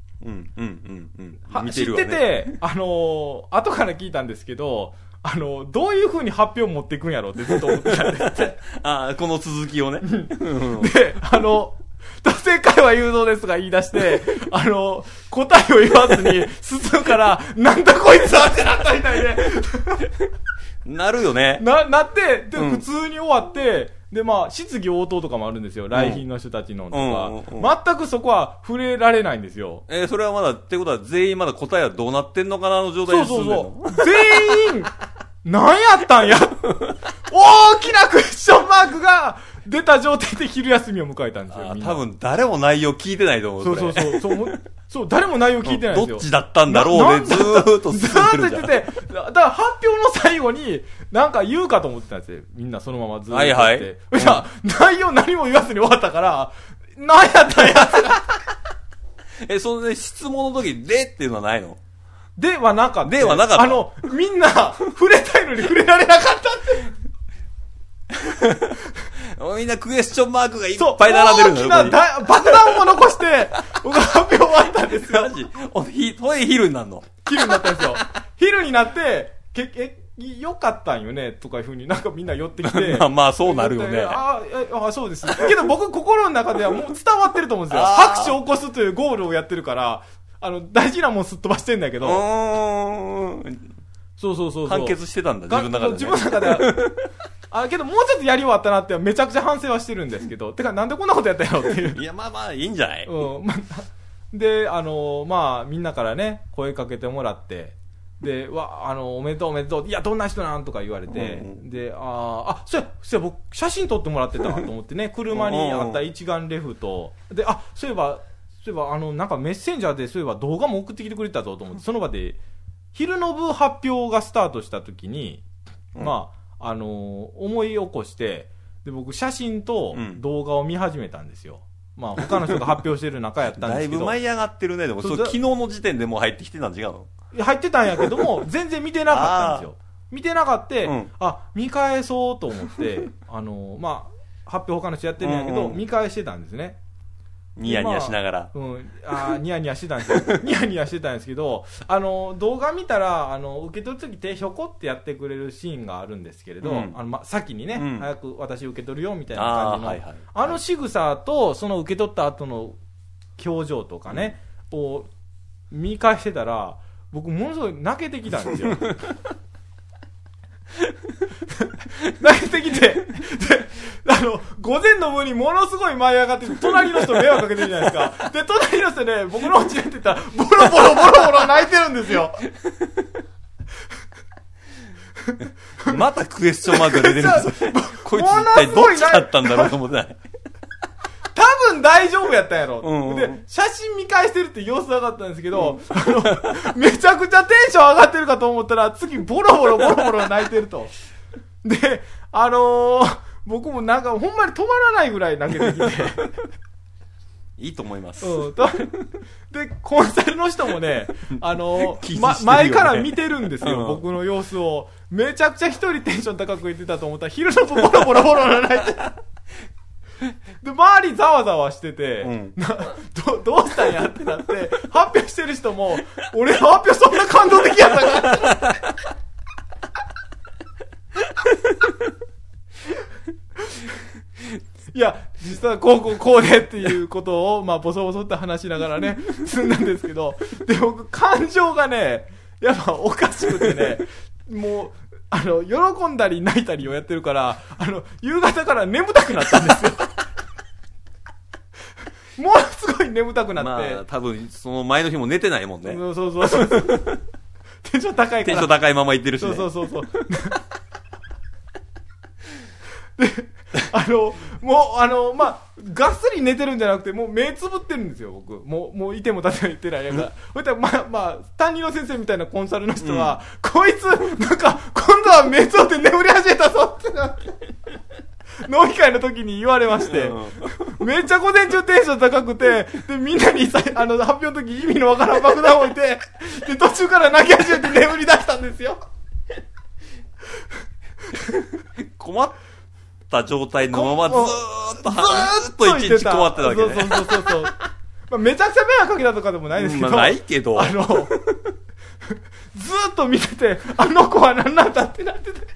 知ってて、後から聞いたんですけど、どういう風に発表を持っていくんやろうってずっと思ってたんですって。 この続きをね。 で、正解は雄三ですが言い出して、答えを言わずに進むから、なんだこいつはってなったみたいで。 なるよね。 なって、で、普通に終わって、で、まあ、質疑応答とかもあるんですよ。来賓の人たちのとか。全くそこは触れられないんですよ。 それはまだ、ってことは全員まだ答えはどうなってんのかなの状態に進んでるの？ そう。全員、何やったんや大きなクエスチョンマークが出た状態で昼休みを迎えたんですよ。 多分誰も内容聞いてないと思う。 そう、誰も内容聞いてないんですよ。 どっちだったんだろうね、ずーっと進んでるじゃん。 ずーっと言ってて、だから発表の最後に、なんか言うかと思ってたんですよ。みんなそのままずーっと言って。じゃあ、内容何も言わずに終わったから、何やったんやそれで質問の時、でっていうのはないの？ ではなかった。 ではなかった。 みんな、触れたいのに触れられなかったって。 みんなクエスチョンマークがいっぱい並んでるのよ。 大きな爆弾を残して、僕は発表終わったんですよ。 マジ？昼になるの？ 昼になったんですよ。昼になって、よかったんよねとかいう風になんかみんな寄ってきて。 まあそうなるよね。 そうです。けど僕心の中ではもう伝わってると思うんですよ。拍手を起こすというゴールをやってるから、大事なもんすっ飛ばしてんだけど。そう。 完結してたんだ、自分の中で、ね。 自分の中では。けどもうちょっとやり終わったなってめちゃくちゃ反省はしてるんですけど。てかなんでこんなことやったんやろっていう。 いや、まあいいんじゃない？ で、まあみんなからね、声かけてもらって、で、おめでとう、いや、どんな人なんとか言われて、で、そうや、僕、写真撮ってもらってたと思ってね、車にあった一眼レフと、で、そういえば、 そういえばなんかメッセンジャーでそういえば動画も送ってきてくれたぞと思って、その場で昼の部発表がスタートした時に、まあ思い起こして、で僕写真と動画を見始めたんですよ。まあ他の人が発表してる中やったんですけど。 だいぶ舞い上がってるね。でも昨日の時点でもう入ってきてたん違うの？ 入ってたんやけども全然見てなかったんですよ。見てなかった、見返そうと思ってまあ発表他の人やってるんやけど、見返してたんですね。 ニヤニヤしながら。 ニヤニヤしてたんですよ。ニヤニヤしてたんですけど、動画見たら、受け取るとき手ひょこってやってくれるシーンがあるんですけれど、先にね、早く私受け取るよみたいな感じの、仕草と、その受け取った後の表情とかね、を見返してたら、僕ものすごい泣けてきたんですよ。泣けてきて、で、午前の部にものすごい舞い上がって、隣の人迷惑かけてるじゃないですか。で、隣の人ね、僕のうちにって言ったら、ボロボロ泣いてるんですよ。 またクエスチョンマークが出てるんですよ。こいつ一体どっちだったんだろうと思ってない。 多分大丈夫やったんやろ。で、写真見返してるって様子なかったんですけど、めちゃくちゃテンション上がってるかと思ったら、次ボロボロ泣いてると。で、僕もなんかほんまに止まらないぐらい泣けてきて。 いいと思います。 で、コンサルの人もね、前から見てるんですよ、僕の様子を。めちゃくちゃ一人テンション高く言ってたと思ったら、昼の部ボロボロ泣いてた。で、周りざわざわしてて、どうしたんやってなって、発表してる人も、俺の発表そんな感動的やったから。いや、実はこうでっていうことを、まあ、ボソボソって話しながらね、済んだんですけど、で、僕、感情がね、やっぱおかしくてね、もう、喜んだり泣いたりをやってるから、夕方から眠たくなったんですよ。ものすごい眠たくなって。 まあ、多分、その前の日も寝てないもんね。 そう。テンション高いから。 テンション高いまま行ってるしね。 そう。で、もうまあ、がっすり寝てるんじゃなくて、もう目つぶってるんですよ、僕。もういても立てないってないやから。ほいたら、まあ、担任の先生みたいなコンサルの人は、こいつ、なんか、今度は目つぶって眠り始めたぞってなって、飲み会の時に言われまして、めっちゃ午前中テンション高くて、で、みんなに発表の時意味のわからん爆弾を置いて、で、途中から泣き始めて眠り出したんですよ。 困った状態のままずーっと一日困ってたわけね。 そう。まあ、めちゃくちゃ迷惑かけたとかでもないですけど。 ないけど。 ずーっと見てて、あの子は何なんだってなってて。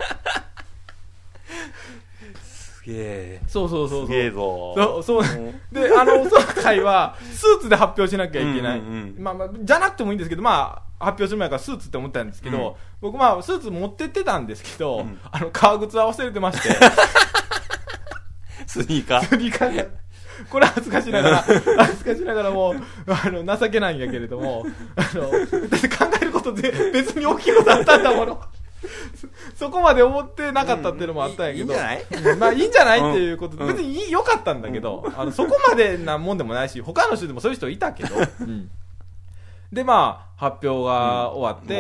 すげえ。 そう。 すげえぞ。 そう。で、その回は、スーツで発表しなきゃいけない。まあ、じゃなくてもいいんですけど、まあ、発表する前からスーツって思ったんですけど、僕まあ、スーツ持ってってたんですけど、革靴は忘れてまして。 スニーカー。これ恥ずかしながらもう、情けないんやけれども、だって考えることで別に大きいことあったんだもの。そこまで思ってなかったっていうのもあったんやけど。 いいんじゃないまあいいんじゃないっていうことで、別に良かったんだけど、そこまでなもんでもないし、他の人でもそういう人いたけど。で、まあ、発表が終わって、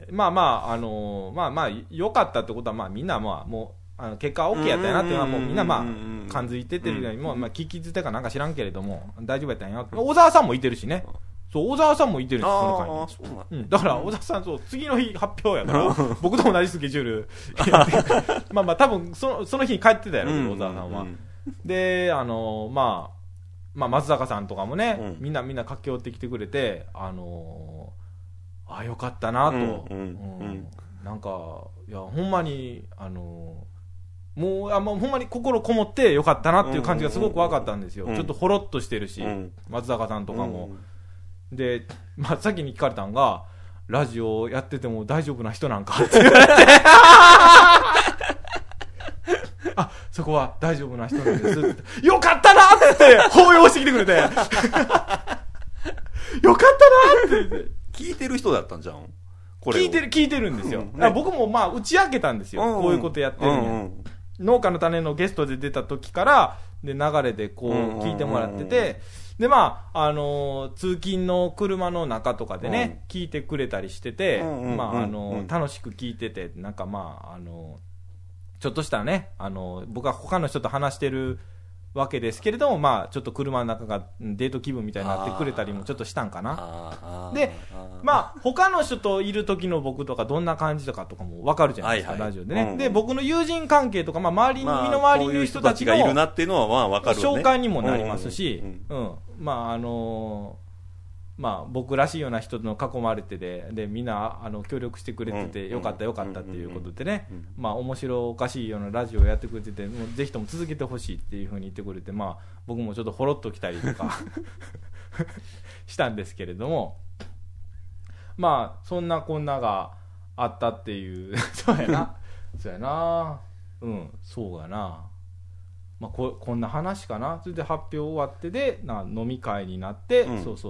まあ、良かったってことは、まあみんなまあ、もう、結果は OK やったんやなっていうのはもうみんなまあ感づいててるよりも、まあ聞き捨てかなんか知らんけれども大丈夫やったんや。小沢さんもいてるしね。そう、小沢さんもいてるんです、その回に。だから小沢さん、そう、次の日発表やから、僕と同じスケジュールまあ多分その日に帰ってたやろ、小沢さんは。で、まあ松坂さんとかもね、みんな駆け寄ってきてくれて、よかったなと。なんか、いや、ほんまに、もうほんまに心こもってよかったなっていう感じがすごく分かったんですよ。ちょっとほろっとしてるし、松坂さんとかも。で、まあ、先に聞かれたんが、ラジオやってても大丈夫な人なんかって言われて、そこは大丈夫な人なんですって。よかったなって抱擁してきてくれて、よかったなって言って。 聞いてる人だったんじゃん。 聞いてるんですよ。僕も打ち明けたんですよ。こういうことやってるんや。農家の種のゲストで出た時からで流れでこう聞いてもらってて、でまあ通勤の車の中とかでね、聞いてくれたりしてて、まあ楽しく聞いてて、なんかまあちょっとしたね僕は他の人と話してるわけですけれども、まあちょっと車の中がデート気分みたいになってくれたりもちょっとしたんかな。でまあ他の人といる時の僕とかどんな感じとかも分かるじゃないですか、ラジオでね。で僕の友人関係とか、まあ周りに、身の回りにいる人たちのがいるなっていうのはまあ分かるよね。 紹介にもなりますし、まあまあ僕らしいような人の囲まれてでみんな協力してくれててよかったよかったっていうことでね、まあ面白おかしいようなラジオをやってくれてて、もうぜひとも続けてほしいっていう風に言ってくれて、まあ僕もちょっとほろっと来たりとかしたんですけれども、まあそんなこんながあったっていうそうやなそうやな、まあ、こんな話かな。それで発表終わってで飲み会になって、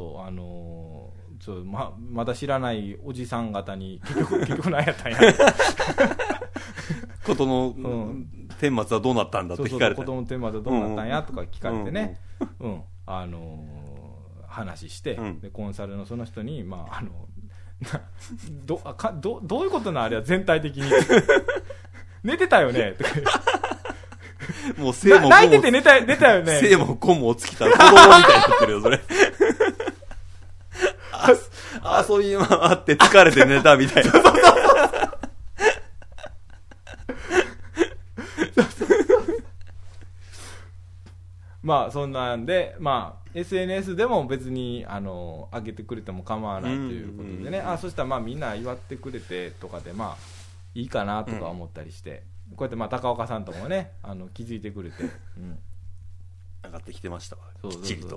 まだ知らないおじさん方に結局何やったんやことの顛末はどうなったんだって聞かれて、 ことの顛末はどうなったんやとか聞かれてね、話して、でコンサルのその人にまあどういうことなあれは全体的に寝てたよねとかもう生も泣いてて寝たよね。 生も子も尽きた子供みたいになってるよそれ遊び回って疲れて寝たみたいなまあそんなんで、まあ SNS でも別に上げてくれても構わないということでね、そしたらまあみんな祝ってくれてとかでまあいいかなとか思ったりして、こうやってまあ高岡さんともね気づいてくれて、 上がってきてましたわ。きっちりと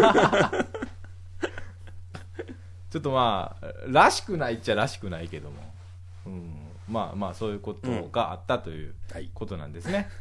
ちょっとまあらしくないっちゃらしくないけども、まあまあそういうことがあったということなんですね。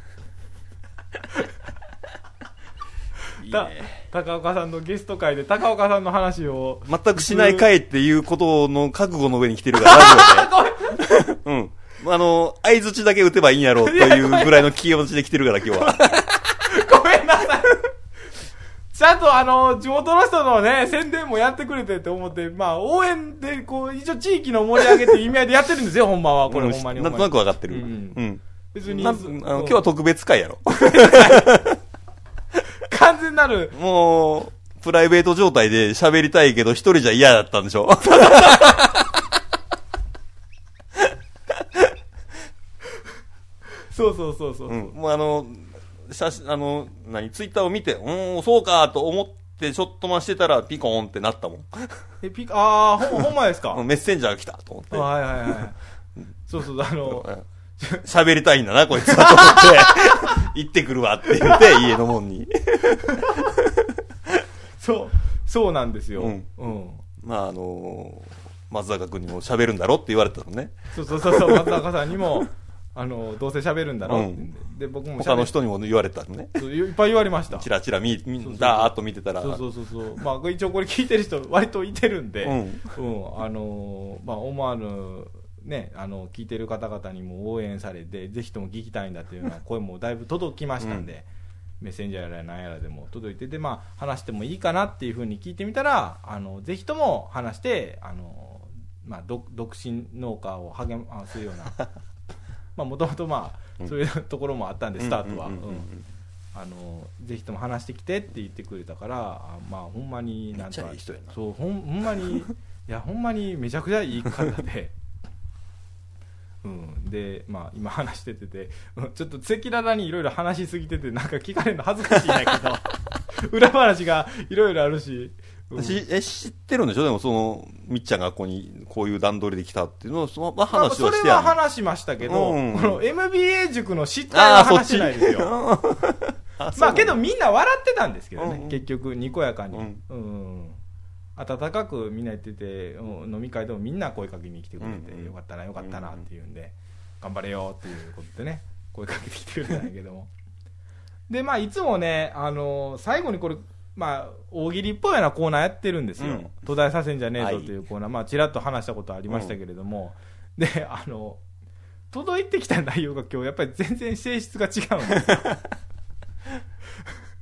いいね、高岡さんのゲスト会で高岡さんの話を全くしない会っていうことの覚悟の上に来てるからラジオで相づちだけ打てばいいんやろうというぐらいの気持ちで来てるから今日はごめんなさいちゃんと地元の人のね宣伝もやってくれてって思って、まあ応援でこう一応地域の盛り上げっていう意味合いでやってるんですよほんまは。これほんまになんとなく分かってる。 別に今日は特別会やろ完全なるもうプライベート状態で喋りたいけど一人じゃ嫌だったんでしょそうもうツイッターを見てそうかと思ってちょっとしてたらピコーンってなったもん。 ほんまですかメッセンジャーが来たと思って、 そう喋りたいんだなこいつはと思って行ってくるわって言って家のもんにそうなんですよ。 まあ松坂君にも喋るんだろって言われたのね。 そう松坂さんにもどうせ喋るんだろうって、で僕も他の人にも言われたのね。 いっぱい言われました。 チラチラダーッと見てたら、 まあ一応これ聞いてる人割といてるんで、まあ思わぬね聞いてる方々にも応援されてぜひとも聞きたいんだっていうような声もだいぶ届きましたんで、メッセンジャーやら何やらでも届いてて、まあ話してもいいかなっていう風に聞いてみたらぜひとも話してまあ独身農家を励まするようなまあもともとまあそういうところもあったんでスタートはぜひとも話してきてって言ってくれたから、まあほんまになんかめっちゃいい人やな。 そうほんまにいやほんまにめちゃくちゃいい方ででまあ今話しててちょっと赤裸々にいろいろ話しすぎててなんか聞かれるの恥ずかしいんだけど裏話がいろいろあるし、 知ってるんでしょ。でもみっちゃんがこういう段取りで来たっていうのを話はしてそれは話しましたけど、この MBA 塾の失態は話してないですよまあけどみんな笑ってたんですけどね、結局にこやかに、温かくみんな言ってて、飲み会でもみんな声かけに来てくれて、よかったなよかったなっていうんで、頑張れよっていうことでね声かけてきてくれたんやけどもでまあいつもね最後にこれまあ大喜利っぽいようなコーナーやってるんですよ、途絶えさせんじゃねえぞというコーナー、まあちらっと話したことありましたけれども、で届いてきた内容が今日やっぱり全然性質が違うんですよ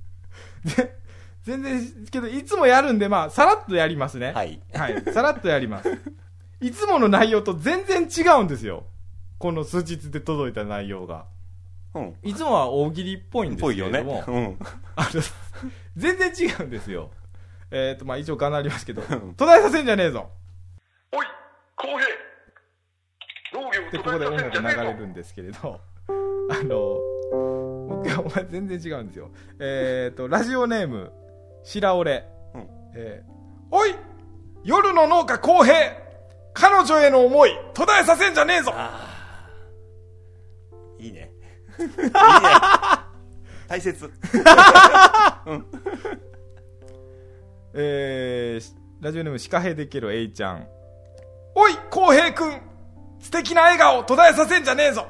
全然、けど、いつもやるんで、まあ、さらっとやりますね。 はい。 はい。さらっとやります。いつもの内容と全然違うんですよ。この数日で届いた内容が。 うん。 いつもは大喜利っぽいんですけれども、 ぽいよね。 全然違うんですよ。まあ一応かなりますけど、途絶えさせんじゃねえぞ。 おい、公平。農業で、ここで音楽流れるんですけれど、僕はお前全然違うんですよ。ラジオネーム、白折れ。 うん。 おい、夜の農家公平。彼女への思い、途絶えさせんじゃねえぞ。 いいね。いいね。大切。うん。 ラジオネームシカヘデケロ A ちゃん。おい、公平くん。素敵な笑顔、途絶えさせんじゃねえぞ。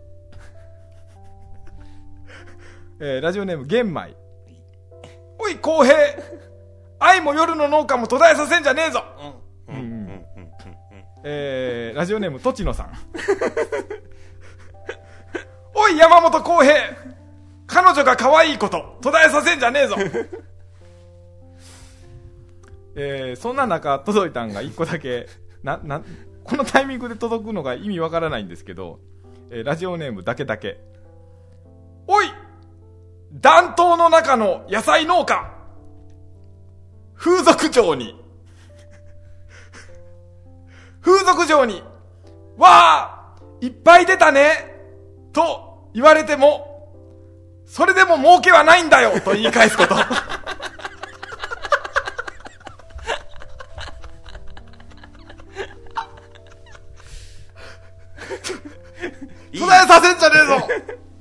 ラジオネーム玄米。おい、公平。愛も夜の農家も途絶えさせんじゃねえぞ。ラジオネームとちのさん。おい、山本公平。彼女が可愛いこと途絶えさせんじゃねえぞ。そんな中届いたんが1個だけこのタイミングで届くのが意味わからないんですけど、ラジオネームだけだけ。おい、暖冬の中の野菜農家、風俗嬢にわーいっぱい出たねと言われても、それでも儲けはないんだよと言い返すこと。途絶えさせんじゃねえぞ。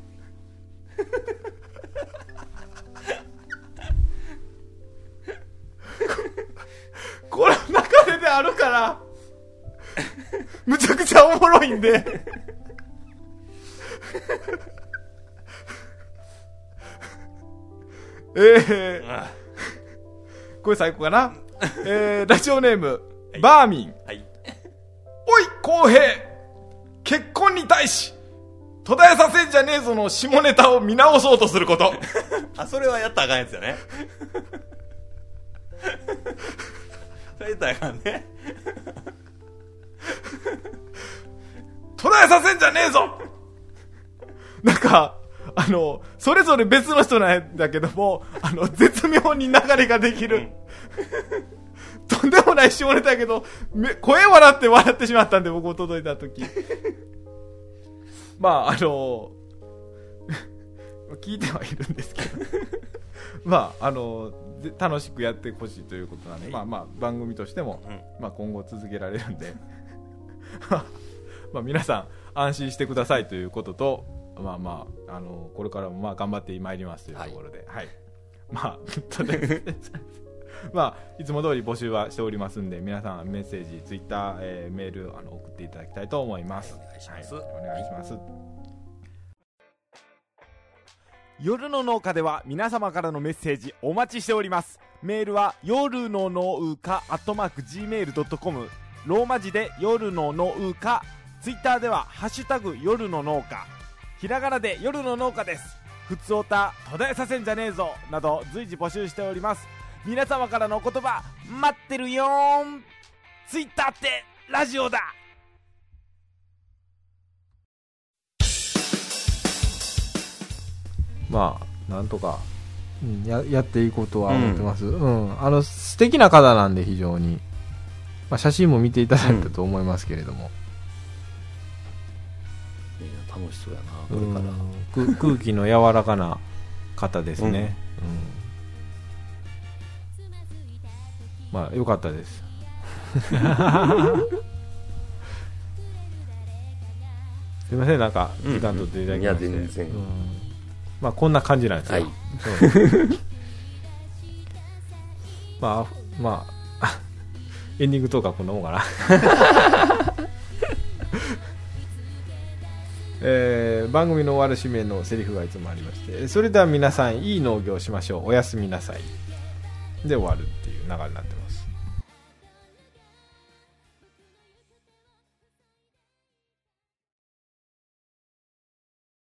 これ流れであるからむちゃくちゃおもろいんでこれ最高かな。ラジオネーム、はい、バーミン、 はい、 おい公平、結婚に対し途絶えさせんじゃねえぞの下ネタを見直そうとすること。 あ、それはやったらあかんやつよね。それやったらあかんね。 途絶えさせんじゃねえぞ。なんかそれぞれ別の人なんだけども、絶妙に流れができる、とんでもない下ネタやけど、声笑ってしまったんで、僕も届いた時。まあ聞いてはいるんですけどまあ楽しくやってほしいということなんで、まあ番組としても、まあ今後続けられるんでまあ皆さん安心してくださいということと、まあこれからもまあ頑張ってまいりますというところで、はい、まあとりあえずまあいつも通り募集はしておりますんで、皆さんメッセージ、ツイッター、メール送っていただきたいと思います。 お願いします。 はい、お願いします。夜の農家では皆様からのメッセージお待ちしております。メールは夜の農家@gmail.com、 ローマ字で夜の農家、ツイッターではハッシュタグ夜の農家、ひらがなで夜の農家です。ふつおた、途絶えさせんじゃねえぞなど随時募集しております。皆様からのお言葉待ってるよーん。ツイッターってラジオだ。まあなんとか、やっていこうとは思ってます。素敵な方なんで非常に、まあ、写真も見ていただいたと思いますけれども、 楽しそうやな、これから。 空気の柔らかな方ですね。まあ良かったです。すいません、なんか時間取っていただきまして、 いや全然、 まあこんな感じなんですよ。はい、まあエンディングトークはこんなもんかな。番組の終わる締めのセリフがいつもありまして、それでは皆さんいい農業をしましょう、おやすみなさいで終わるっていう流れになってます。